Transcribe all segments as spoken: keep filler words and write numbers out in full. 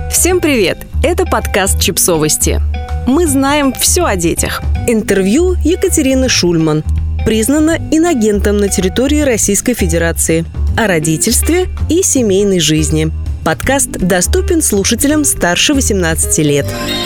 Всем привет! Это подкаст «Чипсовости». Мы знаем все о детях. Интервью Екатерины Шульман. Признана инагентом на территории Российской Федерации. О родительстве и семейной жизни. Подкаст доступен слушателям старше восемнадцати лет.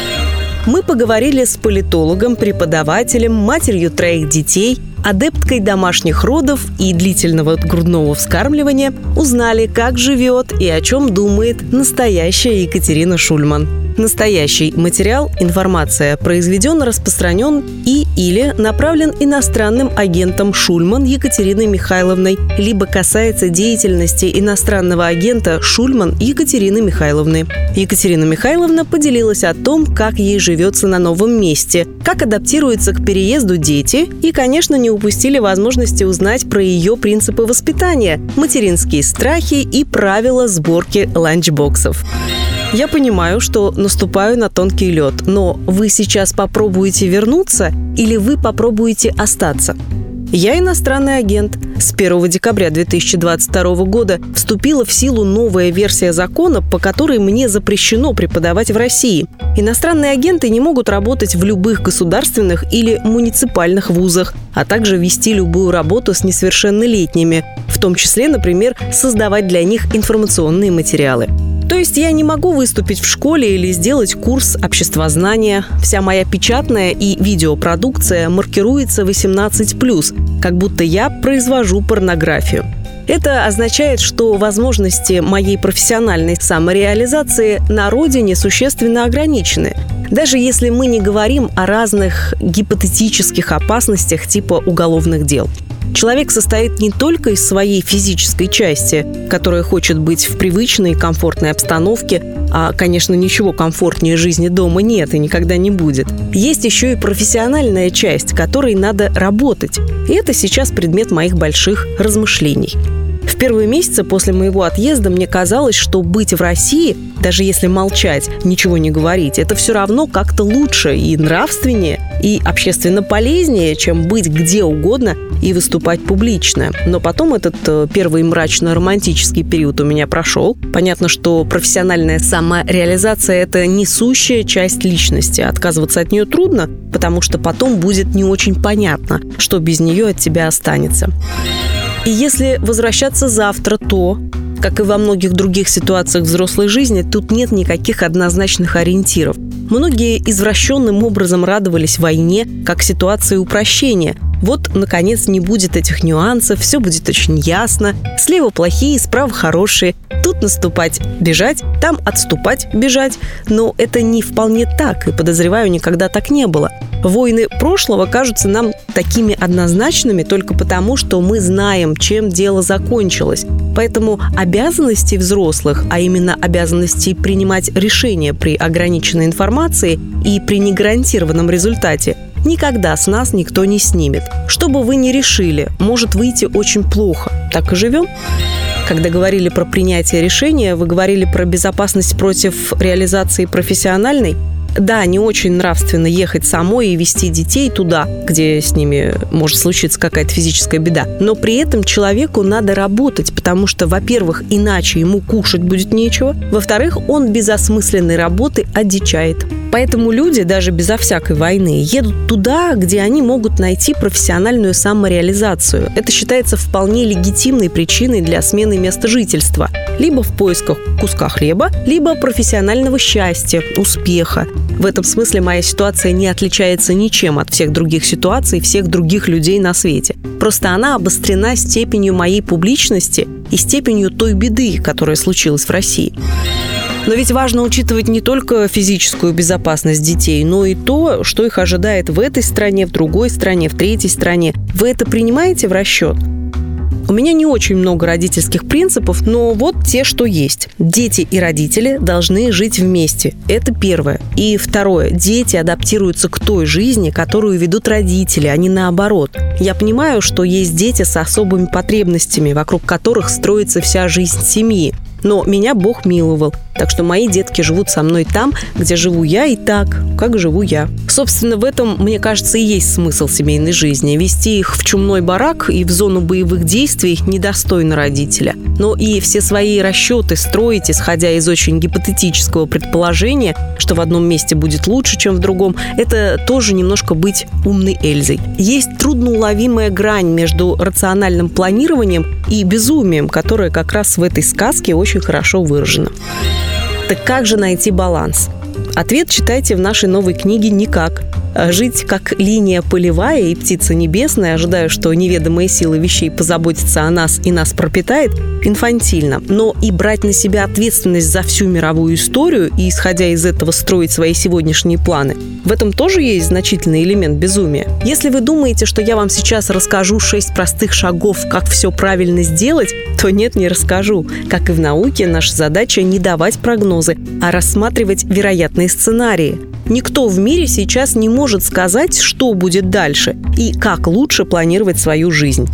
Мы поговорили с политологом, преподавателем, матерью троих детей, адепткой домашних родов и длительного грудного вскармливания, узнали, как живет и о чем думает настоящая Екатерина Шульман. Настоящий материал, информация произведен, распространен и или направлен иностранным агентом Шульман Екатериной Михайловной, либо касается деятельности иностранного агента Шульман Екатерины Михайловны. Екатерина Михайловна поделилась о том, как ей живется на новом месте, как адаптируются к переезду дети и, конечно, не упустили возможности узнать про ее принципы воспитания, материнские страхи и правила сборки ланчбоксов. Я понимаю, что наступаю на тонкий лед, но вы сейчас попробуете вернуться или вы попробуете остаться? Я иностранный агент. С первого декабря две тысячи двадцать второго года вступила в силу новая версия закона, по которой мне запрещено преподавать в России. Иностранные агенты не могут работать в любых государственных или муниципальных вузах, а также вести любую работу с несовершеннолетними, в том числе, например, создавать для них информационные материалы. То есть я не могу выступить в школе или сделать курс обществознания. Вся моя печатная и видеопродукция маркируется восемнадцать плюс, как будто я произвожу порнографию. Это означает, что возможности моей профессиональной самореализации на родине существенно ограничены. Даже если мы не говорим о разных гипотетических опасностях типа уголовных дел. Человек состоит не только из своей физической части, которая хочет быть в привычной и комфортной обстановке, а, конечно, ничего комфортнее жизни дома нет и никогда не будет. Есть еще и профессиональная часть, которой надо работать. И это сейчас предмет моих больших размышлений. В первые месяцы после моего отъезда мне казалось, что быть в России, даже если молчать, ничего не говорить, это все равно как-то лучше и нравственнее, и общественно полезнее, чем быть где угодно и выступать публично. Но потом этот первый мрачно-романтический период у меня прошел. Понятно, что профессиональная самореализация – это несущая часть личности. Отказываться от нее трудно, потому что потом будет не очень понятно, что без нее от тебя останется. И если возвращаться завтра, то, как и во многих других ситуациях взрослой жизни, тут нет никаких однозначных ориентиров. Многие извращенным образом радовались войне как ситуации упрощения. Вот, наконец, не будет этих нюансов, все будет очень ясно. Слева плохие, справа хорошие. Тут наступать, бежать, там отступать, бежать. Но это не вполне так, и, подозреваю, никогда так не было. Войны прошлого кажутся нам такими однозначными только потому, что мы знаем, чем дело закончилось. Поэтому обязанности взрослых, а именно обязанности принимать решения при ограниченной информации и при негарантированном результате, никогда с нас никто не снимет. Что бы вы ни решили, может выйти очень плохо. Так и живем. Когда говорили про принятие решения, вы говорили про безопасность против реализации профессиональной. Да, не очень нравственно ехать самой и везти детей туда, где с ними может случиться какая-то физическая беда. Но при этом человеку надо работать, потому что, во-первых, иначе ему кушать будет нечего. Во-вторых, он без осмысленной работы одичает. Поэтому люди, даже безо всякой войны, едут туда, где они могут найти профессиональную самореализацию. Это считается вполне легитимной причиной для смены места жительства. Либо в поисках куска хлеба, либо профессионального счастья, успеха. В этом смысле моя ситуация не отличается ничем от всех других ситуаций, всех других людей на свете. Просто она обострена степенью моей публичности и степенью той беды, которая случилась в России. Но ведь важно учитывать не только физическую безопасность детей, но и то, что их ожидает в этой стране, в другой стране, в третьей стране. Вы это принимаете в расчет? У меня не очень много родительских принципов, но вот те, что есть. Дети и родители должны жить вместе. Это первое. И второе. Дети адаптируются к той жизни, которую ведут родители, а не наоборот. Я понимаю, что есть дети с особыми потребностями, вокруг которых строится вся жизнь семьи. Но меня Бог миловал. Так что мои детки живут со мной там, где живу я, и так, как живу я. Собственно, в этом, мне кажется, и есть смысл семейной жизни. Вести их в чумной барак и в зону боевых действий недостойно родителя. Но и все свои расчеты строить, исходя из очень гипотетического предположения, что в одном месте будет лучше, чем в другом, это тоже немножко быть умной Эльзой. Есть трудноуловимая грань между рациональным планированием и безумием, которая как раз в этой сказке очень хорошо выражена. Так как же найти баланс? Ответ читайте в нашей новой книге «Никак». Жить как линия полевая и птица небесная, ожидая, что неведомые силы вещей позаботятся о нас и нас пропитает, инфантильно. Но и брать на себя ответственность за всю мировую историю и, исходя из этого, строить свои сегодняшние планы, в этом тоже есть значительный элемент безумия. Если вы думаете, что я вам сейчас расскажу шесть простых шагов, как все правильно сделать, то нет, не расскажу. Как и в науке, наша задача не давать прогнозы, а рассматривать вероятные сценарии. Никто в мире сейчас не может сказать, что будет дальше и как лучше планировать свою жизнь.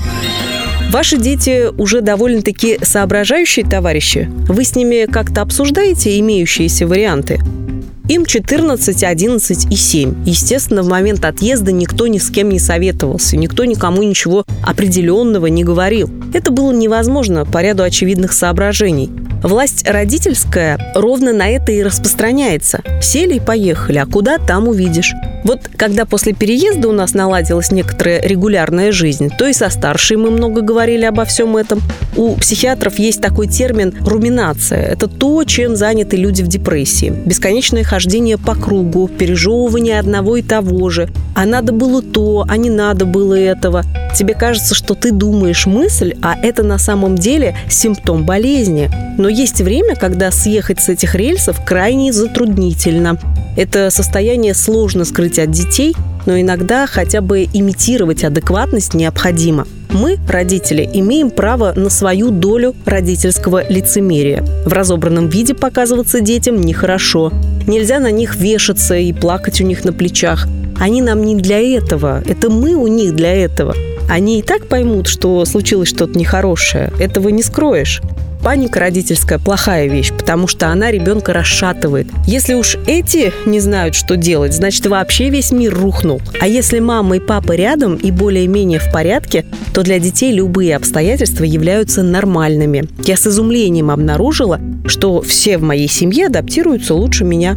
Ваши дети уже довольно-таки соображающие товарищи. Вы с ними как-то обсуждаете имеющиеся варианты? Им четырнадцать, одиннадцать и семь. Естественно, в момент отъезда никто ни с кем не советовался, никто никому ничего определенного не говорил. Это было невозможно по ряду очевидных соображений. Власть родительская ровно на это и распространяется. Сели и поехали, а куда, там увидишь. Вот когда после переезда у нас наладилась некоторая регулярная жизнь, то и со старшей мы много говорили обо всем этом. У психиатров есть такой термин «руминация». Это то, чем заняты люди в депрессии. Бесконечное хождение по кругу, пережевывание одного и того же. А надо было то, а не надо было этого. Тебе кажется, что ты думаешь мысль, а это на самом деле симптом болезни. Но есть время, когда съехать с этих рельсов крайне затруднительно. Это состояние сложно скрыть от детей, но иногда хотя бы имитировать адекватность необходимо. Мы, родители, имеем право на свою долю родительского лицемерия. В разобранном виде показываться детям нехорошо. Нельзя на них вешаться и плакать у них на плечах. Они нам не для этого. Это мы у них для этого. Они и так поймут, что случилось что-то нехорошее. Этого не скроешь. Паника родительская – плохая вещь, потому что она ребенка расшатывает. Если уж эти не знают, что делать, значит, вообще весь мир рухнул. А если мама и папа рядом и более-менее в порядке, то для детей любые обстоятельства являются нормальными. Я с изумлением обнаружила, что все в моей семье адаптируются лучше меня.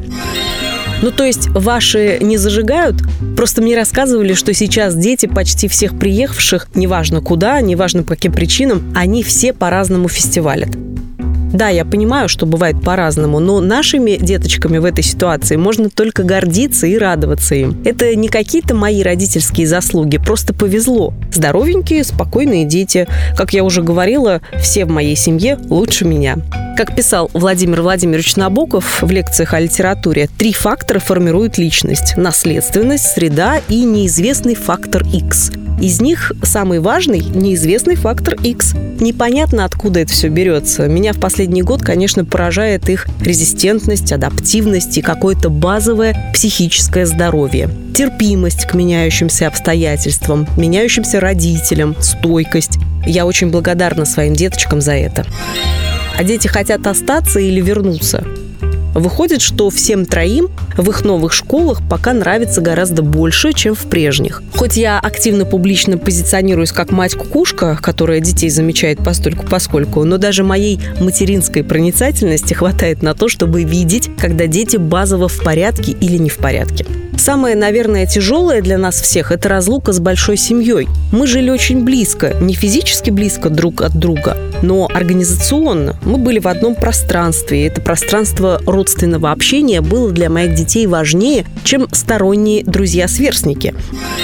Ну, то есть ваши не зажигают? Просто мне рассказывали, что сейчас дети почти всех приехавших, неважно куда, неважно по каким причинам, они все по-разному фестивалят. Да, я понимаю, что бывает по-разному, но нашими деточками в этой ситуации можно только гордиться и радоваться им. Это не какие-то мои родительские заслуги, просто повезло. Здоровенькие, спокойные дети. Как я уже говорила, все в моей семье лучше меня. Как писал Владимир Владимирович Набоков в лекциях о литературе, три фактора формируют личность – наследственность, среда и неизвестный фактор X. Из них самый важный – неизвестный фактор X. Непонятно, откуда это все берется. Меня в последний год, конечно, поражает их резистентность, адаптивность и какое-то базовое психическое здоровье. Терпимость к меняющимся обстоятельствам, меняющимся родителям, стойкость. Я очень благодарна своим деточкам за это. А дети хотят остаться или вернуться? Выходит, что всем троим в их новых школах пока нравится гораздо больше, чем в прежних. Хоть я активно публично позиционируюсь как мать-кукушка, которая детей замечает постольку-поскольку, но даже моей материнской проницательности хватает на то, чтобы видеть, когда дети базово в порядке или не в порядке. Самое, наверное, тяжелое для нас всех – это разлука с большой семьей. Мы жили очень близко, не физически близко друг от друга, но организационно. Мы были в одном пространстве, и это пространство родственного общения было для моих детей важнее, чем сторонние друзья-сверстники.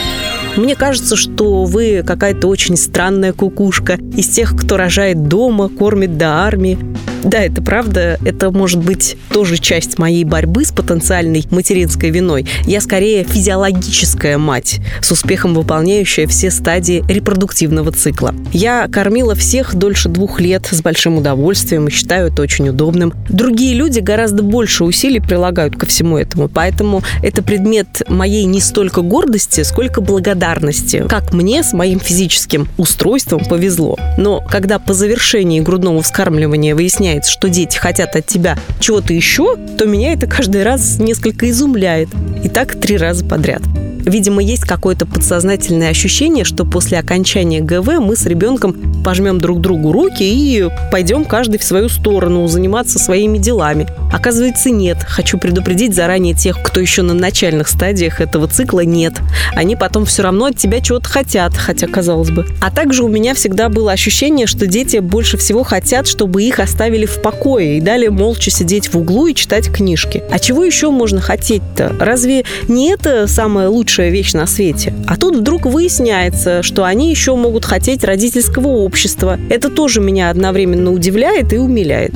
Мне кажется, что вы какая-то очень странная кукушка из тех, кто рожает дома, кормит до армии. Да, это правда, это может быть тоже часть моей борьбы с потенциальной материнской виной. Я скорее физиологическая мать, с успехом выполняющая все стадии репродуктивного цикла. Я кормила всех дольше двух лет с большим удовольствием и считаю это очень удобным. Другие люди гораздо больше усилий прилагают ко всему этому, поэтому это предмет моей не столько гордости, сколько благодарности. Как мне с моим физическим устройством повезло. Но когда по завершении грудного вскармливания выясняется, выясняется, что дети хотят от тебя чего-то еще, то меня это каждый раз несколько изумляет. И так три раза подряд. Видимо, есть какое-то подсознательное ощущение, что после окончания ГВ мы с ребенком пожмем друг другу руки и пойдем каждый в свою сторону заниматься своими делами. Оказывается, нет. Хочу предупредить заранее тех, кто еще на начальных стадиях этого цикла, нет. Они потом все равно от тебя чего-то хотят, хотя казалось бы. А также у меня всегда было ощущение, что дети больше всего хотят, чтобы их оставили в покое и дали молча сидеть в углу и читать книжки. А чего еще можно хотеть-то? Разве не это самое лучшее вещь на свете? А тут вдруг выясняется, что они еще могут хотеть родительского общества. Это тоже меня одновременно удивляет и умиляет.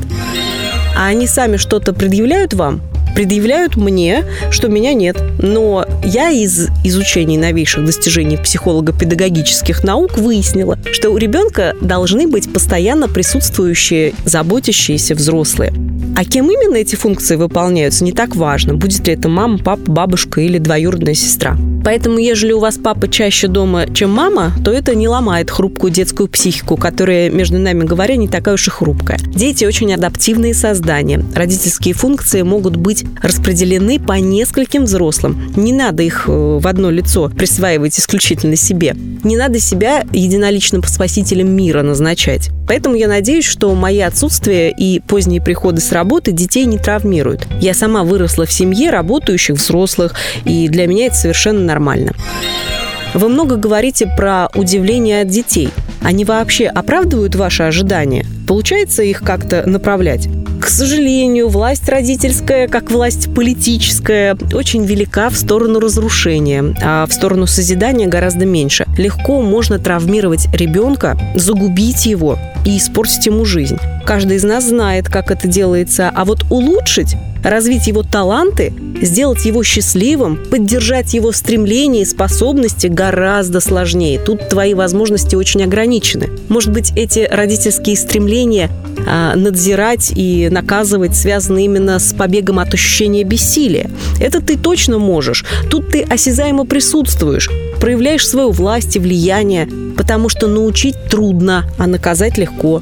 А они сами что-то предъявляют вам? Предъявляют мне, что меня нет. Но я из изучения новейших достижений психолого-педагогических наук выяснила, что у ребенка должны быть постоянно присутствующие, заботящиеся взрослые. А кем именно эти функции выполняются, не так важно, будет ли это мама, папа, бабушка или двоюродная сестра. Поэтому, ежели у вас папа чаще дома, чем мама, то это не ломает хрупкую детскую психику, которая, между нами говоря, не такая уж и хрупкая. Дети очень адаптивные создания. Родительские функции могут быть распределены по нескольким взрослым. Не надо их в одно лицо присваивать исключительно себе. Не надо себя единоличным спасителем мира назначать. Поэтому я надеюсь, что мои отсутствия и поздние приходы с работы детей не травмируют. Я сама выросла в семье работающих взрослых, и для меня это совершенно нормально. Вы много говорите про удивление от детей. Они вообще оправдывают ваши ожидания? Получается их как-то направлять? К сожалению, власть родительская, как власть политическая, очень велика в сторону разрушения, а в сторону созидания гораздо меньше. Легко можно травмировать ребенка, загубить его и испортить ему жизнь. Каждый из нас знает, как это делается, а вот улучшить, развить его таланты, сделать его счастливым, поддержать его стремления и способности гораздо сложнее. Тут твои возможности очень ограничены. Может быть, эти родительские стремления а, надзирать и наказывать связаны именно с побегом от ощущения бессилия. Это ты точно можешь. Тут ты осязаемо присутствуешь, проявляешь свою власть и влияние, потому что научить трудно, а наказать легко.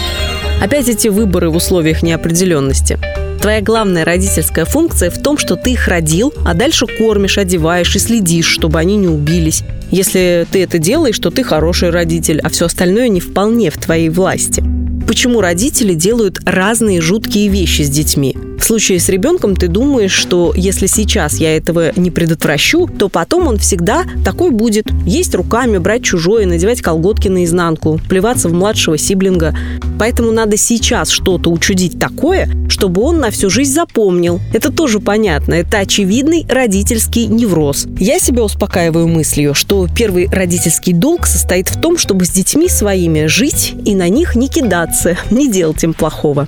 Опять эти выборы в условиях неопределенности. Твоя главная родительская функция в том, что ты их родил, а дальше кормишь, одеваешь и следишь, чтобы они не убились. Если ты это делаешь, то ты хороший родитель, а все остальное не вполне в твоей власти. Почему родители делают разные жуткие вещи с детьми? В случае с ребенком ты думаешь, что если сейчас я этого не предотвращу, то потом он всегда такой будет. Есть руками, брать чужое, надевать колготки наизнанку, плеваться в младшего сиблинга. Поэтому надо сейчас что-то учудить такое, чтобы он на всю жизнь запомнил. Это тоже понятно. Это очевидный родительский невроз. Я себя успокаиваю мыслью, что первый родительский долг состоит в том, чтобы с детьми своими жить и на них не кидаться, не делать им плохого.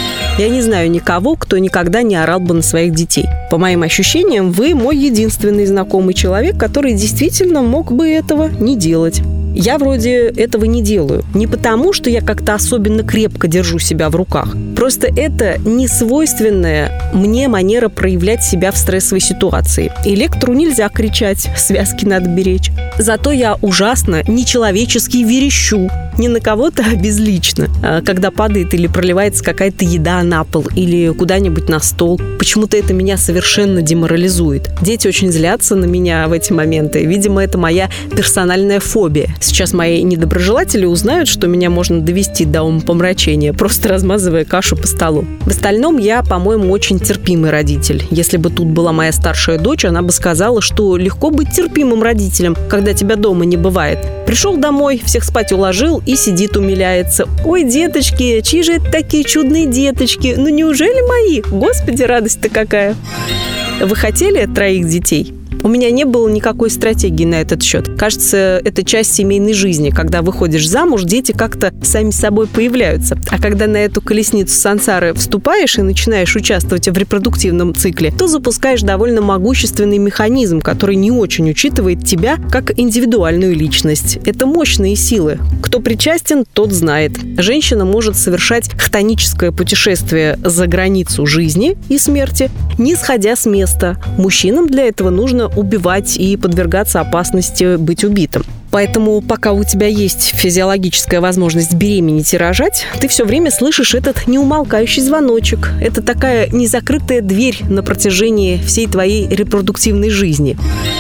Я не знаю никого, кто никогда не орал бы на своих детей. По моим ощущениям, вы мой единственный знакомый человек, который действительно мог бы этого не делать. Я вроде этого не делаю. Не потому, что я как-то особенно крепко держу себя в руках. Просто это не свойственная мне манера проявлять себя в стрессовой ситуации. Электру нельзя кричать, связки надо беречь. Зато я ужасно нечеловечески верещу. Не на кого-то, а безлично. Когда падает или проливается какая-то еда на пол или куда-нибудь на стол. Почему-то это меня совершенно деморализует. Дети очень злятся на меня в эти моменты. Видимо, это моя персональная фобия. Сейчас мои недоброжелатели узнают, что меня можно довести до умопомрачения, просто размазывая кашу по столу. В остальном я, по-моему, очень терпимый родитель. Если бы тут была моя старшая дочь, она бы сказала, что легко быть терпимым родителем, когда тебя дома не бывает. Пришел домой, всех спать уложил и сидит, умиляется. Ой, деточки, чьи же это такие чудные деточки? Ну неужели мои? Господи, радость-то какая! Вы хотели троих детей? У меня не было никакой стратегии на этот счет. Кажется, это часть семейной жизни. Когда выходишь замуж, дети как-то сами собой появляются. А когда на эту колесницу сансары вступаешь и начинаешь участвовать в репродуктивном цикле, то запускаешь довольно могущественный механизм, который не очень учитывает тебя как индивидуальную личность. Это мощные силы. Кто причастен, тот знает. Женщина может совершать хтоническое путешествие за границу жизни и смерти, не сходя с места. Мужчинам для этого нужно убивать и подвергаться опасности быть убитым. Поэтому пока у тебя есть физиологическая возможность беременеть и рожать, ты все время слышишь этот неумолкающий звоночек. Это такая незакрытая дверь на протяжении всей твоей репродуктивной жизни.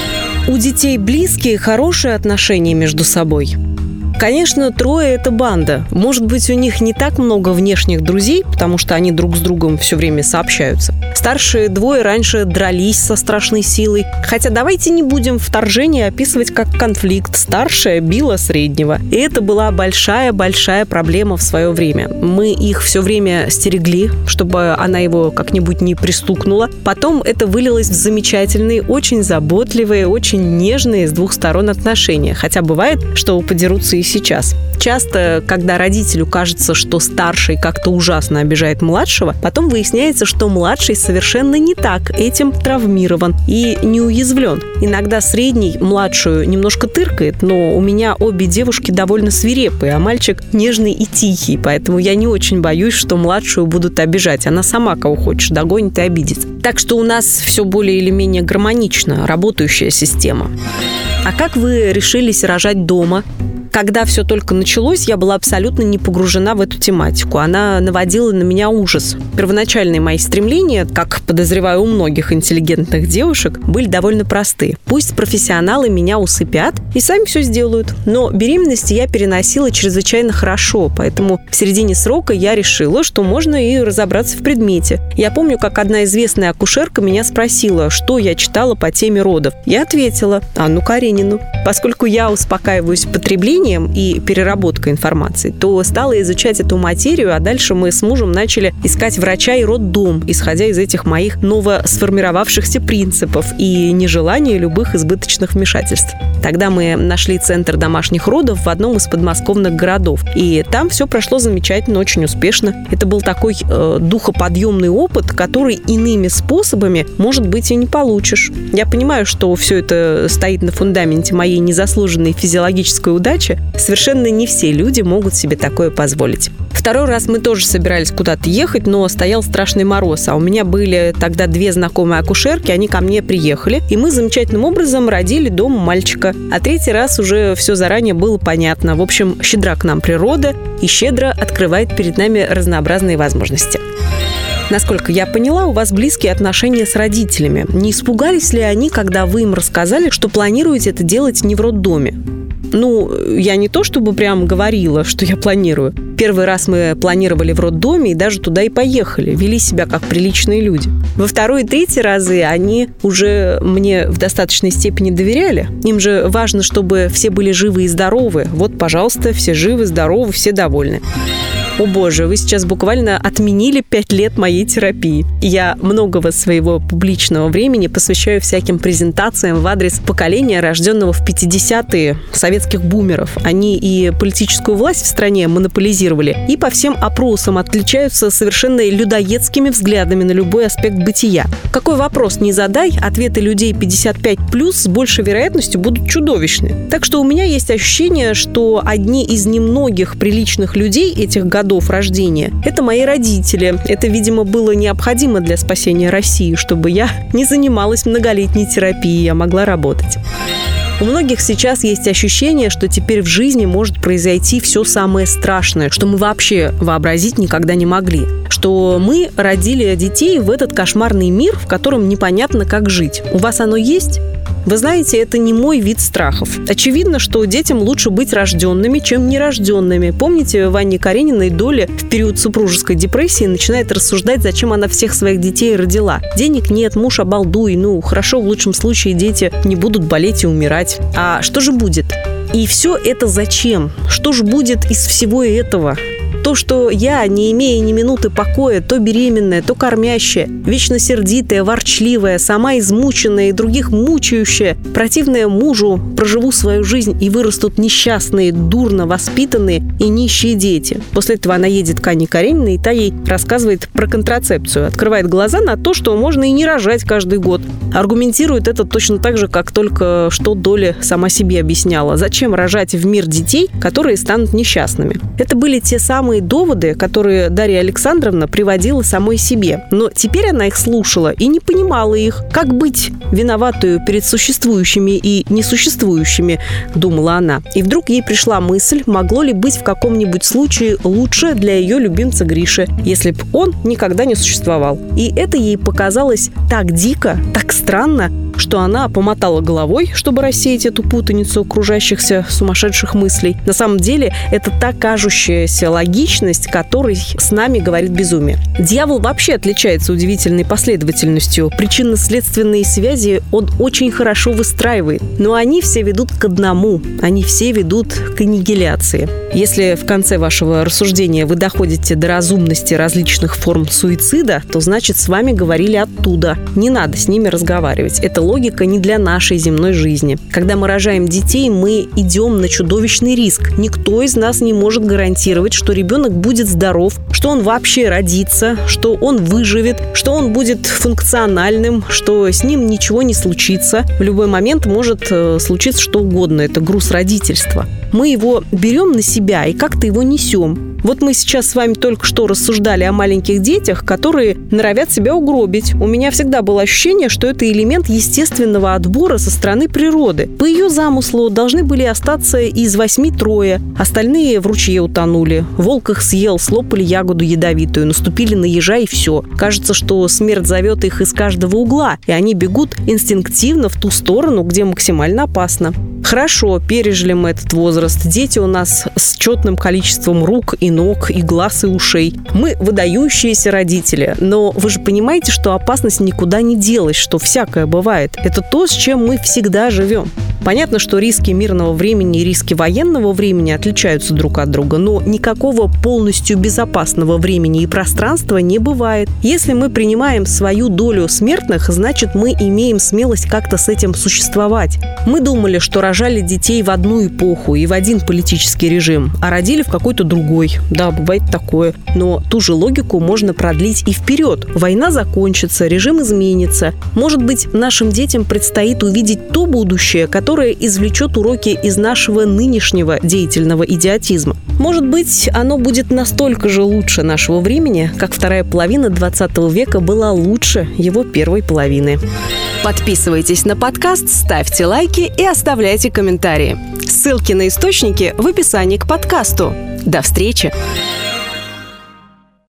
У детей близкие, хорошие отношения между собой. Конечно, трое – это банда. Может быть, у них не так много внешних друзей, потому что они друг с другом все время сообщаются. Старшие двое раньше дрались со страшной силой. Хотя давайте не будем вторжение описывать как конфликт. Старшая била среднего. И это была большая-большая проблема в свое время. Мы их все время стерегли, чтобы она его как-нибудь не пристукнула. Потом это вылилось в замечательные, очень заботливые, очень нежные с двух сторон отношения. Хотя бывает, что подерутся и сейчас. Часто, когда родителю кажется, что старший как-то ужасно обижает младшего, потом выясняется, что младший совершенно не так этим травмирован и не уязвлен. Иногда средний младшую немножко тыркает, но у меня обе девушки довольно свирепые, а мальчик нежный и тихий, поэтому я не очень боюсь, что младшую будут обижать. Она сама кого хочешь догонит и обидится. Так что у нас все более или менее гармонично работающая система. А как вы решились рожать дома? Когда все только началось, я была абсолютно не погружена в эту тематику. Она наводила на меня ужас. Первоначальные мои стремления, как подозреваю у многих интеллигентных девушек, были довольно просты. Пусть профессионалы меня усыпят и сами все сделают. Но беременность я переносила чрезвычайно хорошо, поэтому в середине срока я решила, что можно и разобраться в предмете. Я помню, как одна известная акушерка меня спросила, что я читала по теме родов. Я ответила: Анну Каренину. Поскольку я успокаиваюсь потреблением и переработкой информации, то стала изучать эту материю, а дальше мы с мужем начали искать врача и роддом, исходя из этих моих новосформировавшихся принципов и нежелания любых избыточных вмешательств. Тогда мы нашли центр домашних родов в одном из подмосковных городов, и там все прошло замечательно, очень успешно. Это был такой э, духоподъемный опыт, который иными способами, может быть, и не получишь. Я понимаю, что все это стоит на фундаменте моей незаслуженной физиологической удачи. Совершенно не все люди могут себе такое позволить. Второй раз мы тоже собирались куда-то ехать, но стоял страшный мороз, а у меня были тогда две знакомые акушерки, они ко мне приехали, и мы замечательным образом родили дома мальчика. А третий раз уже все заранее было понятно. В общем, щедра к нам природа и щедро открывает перед нами разнообразные возможности. Насколько я поняла, у вас близкие отношения с родителями. Не испугались ли они, когда вы им рассказали, что планируете это делать не в роддоме? Ну, я не то чтобы прям говорила, что я планирую. Первый раз мы планировали в роддоме и даже туда и поехали. Вели себя как приличные люди. Во второй и третий разы они уже мне в достаточной степени доверяли. Им же важно, чтобы все были живы и здоровы. Вот, пожалуйста, все живы, здоровы, все довольны. О боже, вы сейчас буквально отменили пять лет моей терапии. Я многого своего публичного времени посвящаю всяким презентациям в адрес поколения, рожденного в пятидесятые, советских бумеров. Они и политическую власть в стране монополизировали, и по всем опросам отличаются совершенно людоедскими взглядами на любой аспект бытия. Какой вопрос не задай, ответы людей пятьдесят пять плюс с большей вероятностью будут чудовищны. Так что у меня есть ощущение, что одни из немногих приличных людей этих годов рождения – это мои родители. Это, видимо, было необходимо для спасения России, чтобы я не занималась многолетней терапией, а могла работать. У многих сейчас есть ощущение, что теперь в жизни может произойти все самое страшное, что мы вообще вообразить никогда не могли. Что мы родили детей в этот кошмарный мир, в котором непонятно, как жить. У вас оно есть? Вы знаете, это не мой вид страхов. Очевидно, что детям лучше быть рожденными, чем нерожденными. Помните, в Анне Карениной Доля в период супружеской депрессии начинает рассуждать, зачем она всех своих детей родила. Денег нет, муж обалдуй, ну, хорошо, в лучшем случае дети не будут болеть и умирать. А что же будет? И все это зачем? Что же будет из всего этого? То, что я, не имея ни минуты покоя, то беременная, то кормящая, вечно сердитая, ворчливая, сама измученная и других мучающая, противная мужу, проживу свою жизнь и вырастут несчастные, дурно воспитанные и нищие дети. После этого она едет к Анне Карениной, и та ей рассказывает про контрацепцию, открывает глаза на то, что можно и не рожать каждый год. Аргументирует это точно так же, как только что Доля сама себе объясняла. Зачем рожать в мир детей, которые станут несчастными? Это были те самые самые доводы, которые Дарья Александровна приводила самой себе. Но теперь она их слушала и не понимала их. Как быть виноватую перед существующими и несуществующими, думала она. И вдруг ей пришла мысль, могло ли быть в каком-нибудь случае лучше для ее любимца Гриши, если бы он никогда не существовал. И это ей показалось так дико, так странно, что она помотала головой, чтобы рассеять эту путаницу кружащихся сумасшедших мыслей. На самом деле, это та кажущаяся логичность, которой с нами говорит безумие. Дьявол вообще отличается удивительной последовательностью. Причинно-следственные связи он очень хорошо выстраивает, но они все ведут к одному. Они все ведут к аннигиляции. Если в конце вашего рассуждения вы доходите до разумности различных форм суицида, то значит, с вами говорили оттуда. Не надо с ними разговаривать. Это логика не для нашей земной жизни. Когда мы рожаем детей, мы идем на чудовищный риск. Никто из нас не может гарантировать, что ребенок будет здоров, что он вообще родится, что он выживет, что он будет функциональным, что с ним ничего не случится. В любой момент может случиться что угодно. Это груз родительства. Мы его берем на себя и как-то его несем. Вот мы сейчас с вами только что рассуждали о маленьких детях, которые норовят себя угробить. У меня всегда было ощущение, что это элемент естественного отбора со стороны природы. По ее замыслу должны были остаться из восьми трое. Остальные в ручье утонули. Волк их съел, слопали ягоду ядовитую, наступили на ежа и все. Кажется, что смерть зовет их из каждого угла, и они бегут инстинктивно в ту сторону, где максимально опасно. Хорошо, пережили мы этот возраст. Дети у нас с четным количеством рук и ног, и глаз, и ушей. Мы выдающиеся родители. Но вы же понимаете, что опасность никуда не делась, что всякое бывает. Это то, с чем мы всегда живем. Понятно, что риски мирного времени и риски военного времени отличаются друг от друга, но никакого полностью безопасного времени и пространства не бывает. Если мы принимаем свою долю смертных, значит, мы имеем смелость как-то с этим существовать. Мы думали, что рожали детей в одну эпоху и в один политический режим, а родили в какой-то другой. Да, бывает такое. Но ту же логику можно продлить и вперед. Война закончится, режим изменится. Может быть, нашим детям предстоит увидеть то будущее, которое которое извлечет уроки из нашего нынешнего деятельного идиотизма. Может быть, оно будет настолько же лучше нашего времени, как вторая половина двадцатого века была лучше его первой половины. Подписывайтесь на подкаст, ставьте лайки и оставляйте комментарии. Ссылки на источники в описании к подкасту. До встречи!